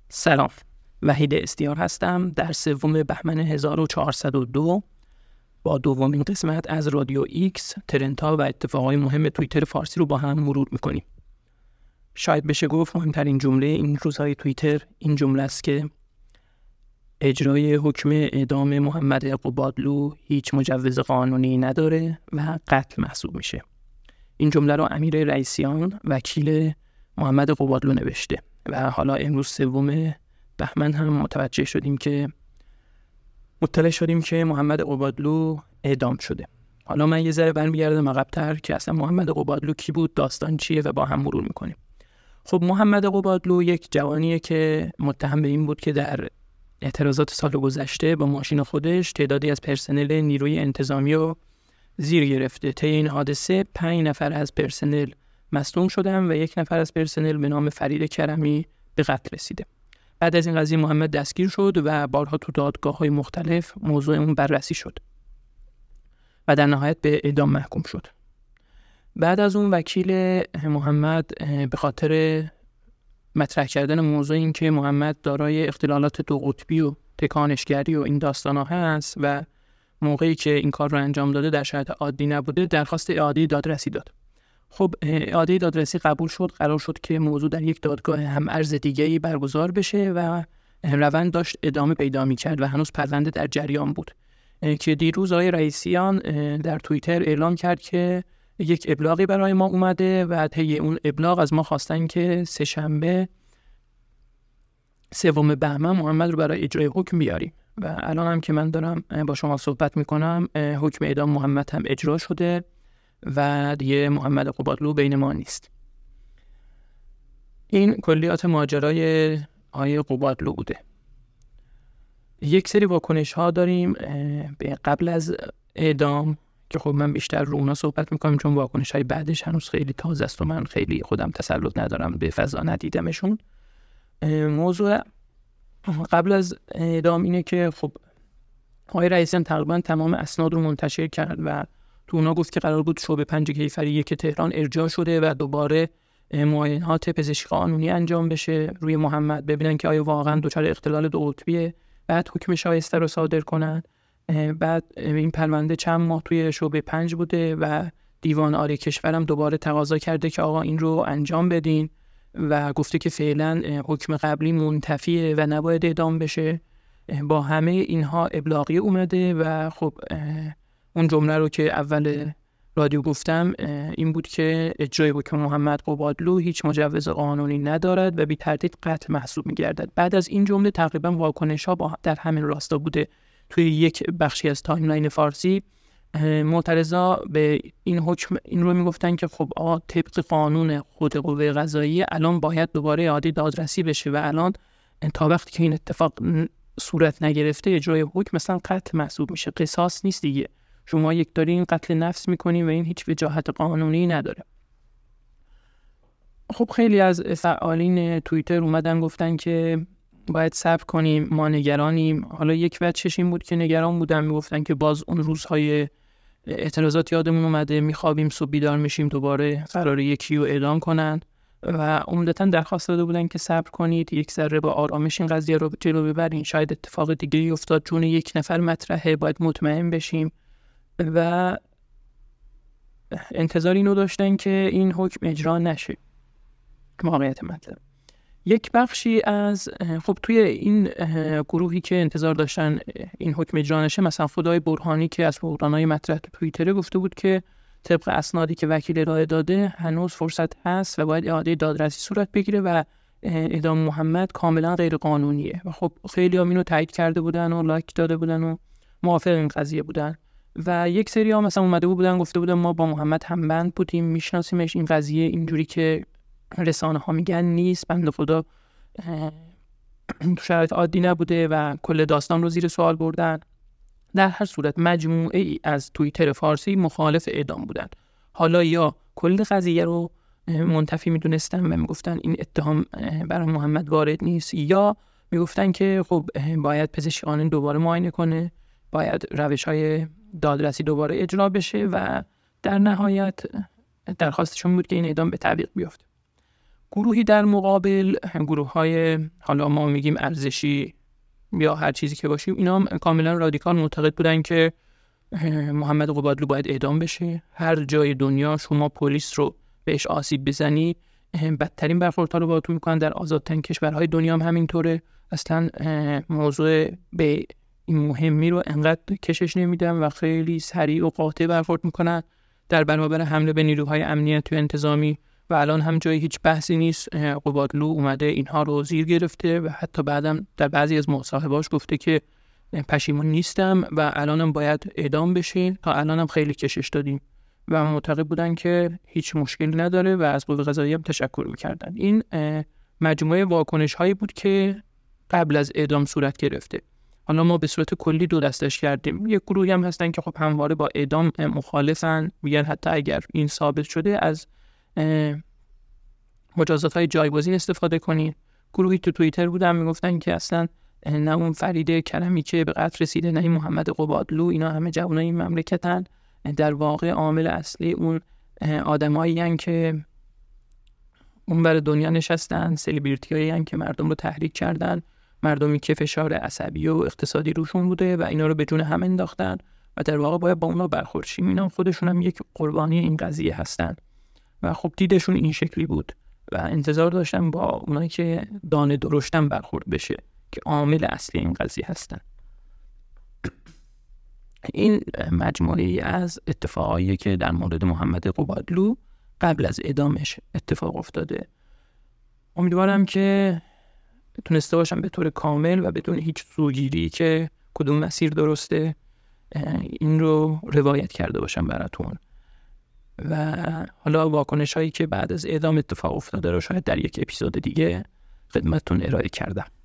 سلام، وحید استیار هستم. در 3 بهمن 1402 با دومین قسمت از رادیو ایکس ترندها و اتفاقای مهم توییتر فارسی رو با هم مرور میکنیم. شاید بشه گفت مهمترین جمله این روزهای توییتر این جمله است که اجرای حکم اعدام محمد قبادلو هیچ مجوز قانونی نداره و قتل محسوب میشه. این جمله رو امیر رئیسیان وکیل محمد قبادلو نوشته و حالا امروز 3 بهمن هم مطلع شدیم که محمد قبادلو اعدام شده. حالا من یه ذره برمیگردم عقب‌تر که اصلا محمد قبادلو کی بود، داستان چیه و با هم مرور میکنیم. خب محمد قبادلو یک جوانیه که متهم به این بود که در اعتراضات سال گذشته با ماشین خودش تعدادی از پرسنل نیروی انتظامی رو زیر گرفته. طی این حادثه 5 نفر از پرسنل مصدوم شدن و 1 نفر از پرسنل به نام فرید کرمی به قتل رسیده. بعد از این قضیه محمد دستگیر شد و بارها تو دادگاه‌های مختلف موضوع اون بررسی شد و در نهایت به اعدام محکوم شد. بعد از اون وکیل محمد به خاطر مطرح کردن موضوع این که محمد دارای اختلالات 2 قطبی و تکانشگری و این داستانا هست و موقعی که این کار رو انجام داده در شرایط عادی نبوده، درخواست اعاده دادرسی داد. خب اعاده دادرسی قبول شد، قرار شد که موضوع در یک دادگاه هم ارز دیگه‌ای برگزار بشه و روند داشت ادامه پیدا می‌کرد و هنوز پرونده در جریان بود که دیروز آقای رئیسیان در توییتر اعلام کرد که یک ابلاغی برای ما اومده و طی اون ابلاغ از ما خواستن که 3 بهمن محمد رو برای اجرای حکم بیاریم و الان هم که من دارم با شما صحبت میکنم حکم اعدام محمد هم اجرا شده و دیگه محمد قبادلو بین ما نیست. این کلیات ماجرای آقای قبادلو بوده. یک سری واکنش ها داریم قبل از اعدام که خب من بیشتر رو اونا صحبت میکنم چون واکنش های بعدش هنوز خیلی تازه است و من خیلی خودم تسلط ندارم، به فضا ندیدمشون. موضوع قبل از اعدام اینه که خب آقای رئیسیان تقریبا تمام اسناد رو منتشر کرد و تو اونا گفت که قرار بود شعبه 5 کیفری 1 تهران ارجاع شده و دوباره معاینات پزشکی قانونی انجام بشه روی محمد ببینن که آیا واقعا دچار اختلال 2 قطبیه، بعد حکم شایسته رو صادر کنن. بعد این پرونده چند ماه توی شعبه 5 بوده و دیوان عالی کشورم دوباره تقاضا کرده که آقا این رو انجام بدین و گفته که فعلا حکم قبلی منتفیه و نباید اعدام بشه. با همه اینها ابلاغی اومده و خب اون جمله رو که اول رادیو گفتم این بود که اجرای حکم محمد قبادلو هیچ مجوز قانونی ندارد و بی تردید قتل محسوب می‌گردد. بعد از این جمله تقریبا واکنش‌ها در همین راستا بوده. توی یک بخشی از تایملاین فارسی معترضا به این حکم این رو میگفتن که خب طبق قانون خود قوه قضاییه الان باید دوباره اعاده دادرسی بشه و الان تا وقتی که این اتفاق صورت نگرفته اجرای حکم مثلا قتل محسوب میشه، قصاص نیست دیگه. شما یک دارین قتل نفس میکنین و این هیچ وجاهت قانونی نداره. خب خیلی از فعالین توییتر اومدن گفتن که باید صبر کنیم، ما نگرانیم. حالا یک وجهش این بود که نگران بودن، میگفتن که باز اون روزهای اعتراضات یادمون اومده، میخوابیم صبح بیدار میشیم دوباره قراره یکی رو اعدام کنن و عمدتاً درخواست داده بودن که صبر کنید، یک ذره با آرامش این قضیه رو جلو ببرین، شاید اتفاق دیگه‌ای افتاد، جون 1 نفر مطرحه، باید مطمئن بشیم و انتظار اینو داشتن که این حکم اجرا نشه. واقعیت مطلب یک بخشی از خب توی این گروهی که انتظار داشتن این حکم اجرا نشه، مثلا خدای برهانی که از بحران‌های مطرح تو توییتر گفته بود که طبق اسنادی که وکیل ارائه داده هنوز فرصت هست و باید اعاده دادرسی صورت بگیره و اعدام محمد کاملا غیر قانونیه و خب خیلی هم اینو تایید کرده بودن و لایک داده بودن و موافق این قضیه بودن و یک سری ها مثلا اومده بودن گفته بودن ما با محمد همبند بودیم، میشناسیمش، این قضیه اینجوری که رسانه ها میگن نیست، بنده خدا تو شرایط عادی نبوده و کل داستان رو زیر سوال بردن. در هر صورت مجموعه ای از توییتر فارسی مخالف اعدام بودن. حالا یا کل قضیه رو منتفی میدونستن و میگفتن این اتهام برای محمد وارد نیست، یا میگفتن که خب باید پزشکی قانونی دوباره معاینه کنه، باید روش‌های دادرسی دوباره اجرا بشه و در نهایت درخواستشون بود که این اعدام به تعویق بیفته. گروهی در مقابل، گروه های حالا ما میگیم ارزشی یا هر چیزی که باشیم، اینا کاملا رادیکال معتقد بودن که محمد قبادلو باید اعدام بشه. هر جای دنیا شما پلیس رو بهش آسیب بزنی بدترین برخوردها رو باهاتون میکنن. در آزادترین کشورهای دنیا هم همینطوره. اصلا موضوع به این مهمی رو انقدر کشش نمیدن و خیلی سریع و قاطع برخورد میکنن در برابر حمله به نیروهای امنیتی و انتظامی. و الان هم جای هیچ بحثی نیست. قبادلو اومده اینها رو زیر گرفته و حتی بعدم در بعضی از مصاحبه‌هاش گفته که پشیمون نیستم و الانم باید اعدام بشه. تا الانم خیلی کشش دادیم و معتقد بودن که هیچ مشکلی نداره و از قوه قضاییه هم تشکر می‌کردن. این مجموعه واکنش‌هایی بود که قبل از اعدام صورت گرفته. حالا ما به صورت کلی دو دستش کردیم. یک گروهی هم هستن که خب همواره با اعدام مخالفن، میگن حتی اگر این ثابت شده از مجازات‌های جایگزین استفاده کنین. گروهی تو توییتر بودن میگفتن که اصلا نه اون فرید کرمی که به قتل رسیده، نه این محمد قبادلو، اینا همه جوانای این مملکتن. در واقع عامل اصلی اون آدمایی هستن که اون بر دنیا نشستن، سلبریتیایی هستن که مردم رو تحریک کردن، مردمی که فشار عصبی و اقتصادی روشون بوده و اینا رو به جون هم انداختن و در واقع باید با اونا برخورد شیم. اینا خودشون هم یک قربانی این قضیه هستن و خب دیدشون این شکلی بود و انتظار داشتن با اونایی که دانه درشتن برخورد بشه که عامل اصلی این قضیه هستن. این مجموعه از اتفاقایی که در مورد محمد قبادلو قبل از اعدامش اتفاق افتاده. امیدوارم که تونسته باشم به طور کامل و بدون هیچ سوگیری که کدوم مسیر درسته این رو روایت کرده باشم براتون و حالا واکنش هایی که بعد از اعدام اتفاق افتاده رو شاید در یک اپیزود دیگه خدمتتون ارائه کردم.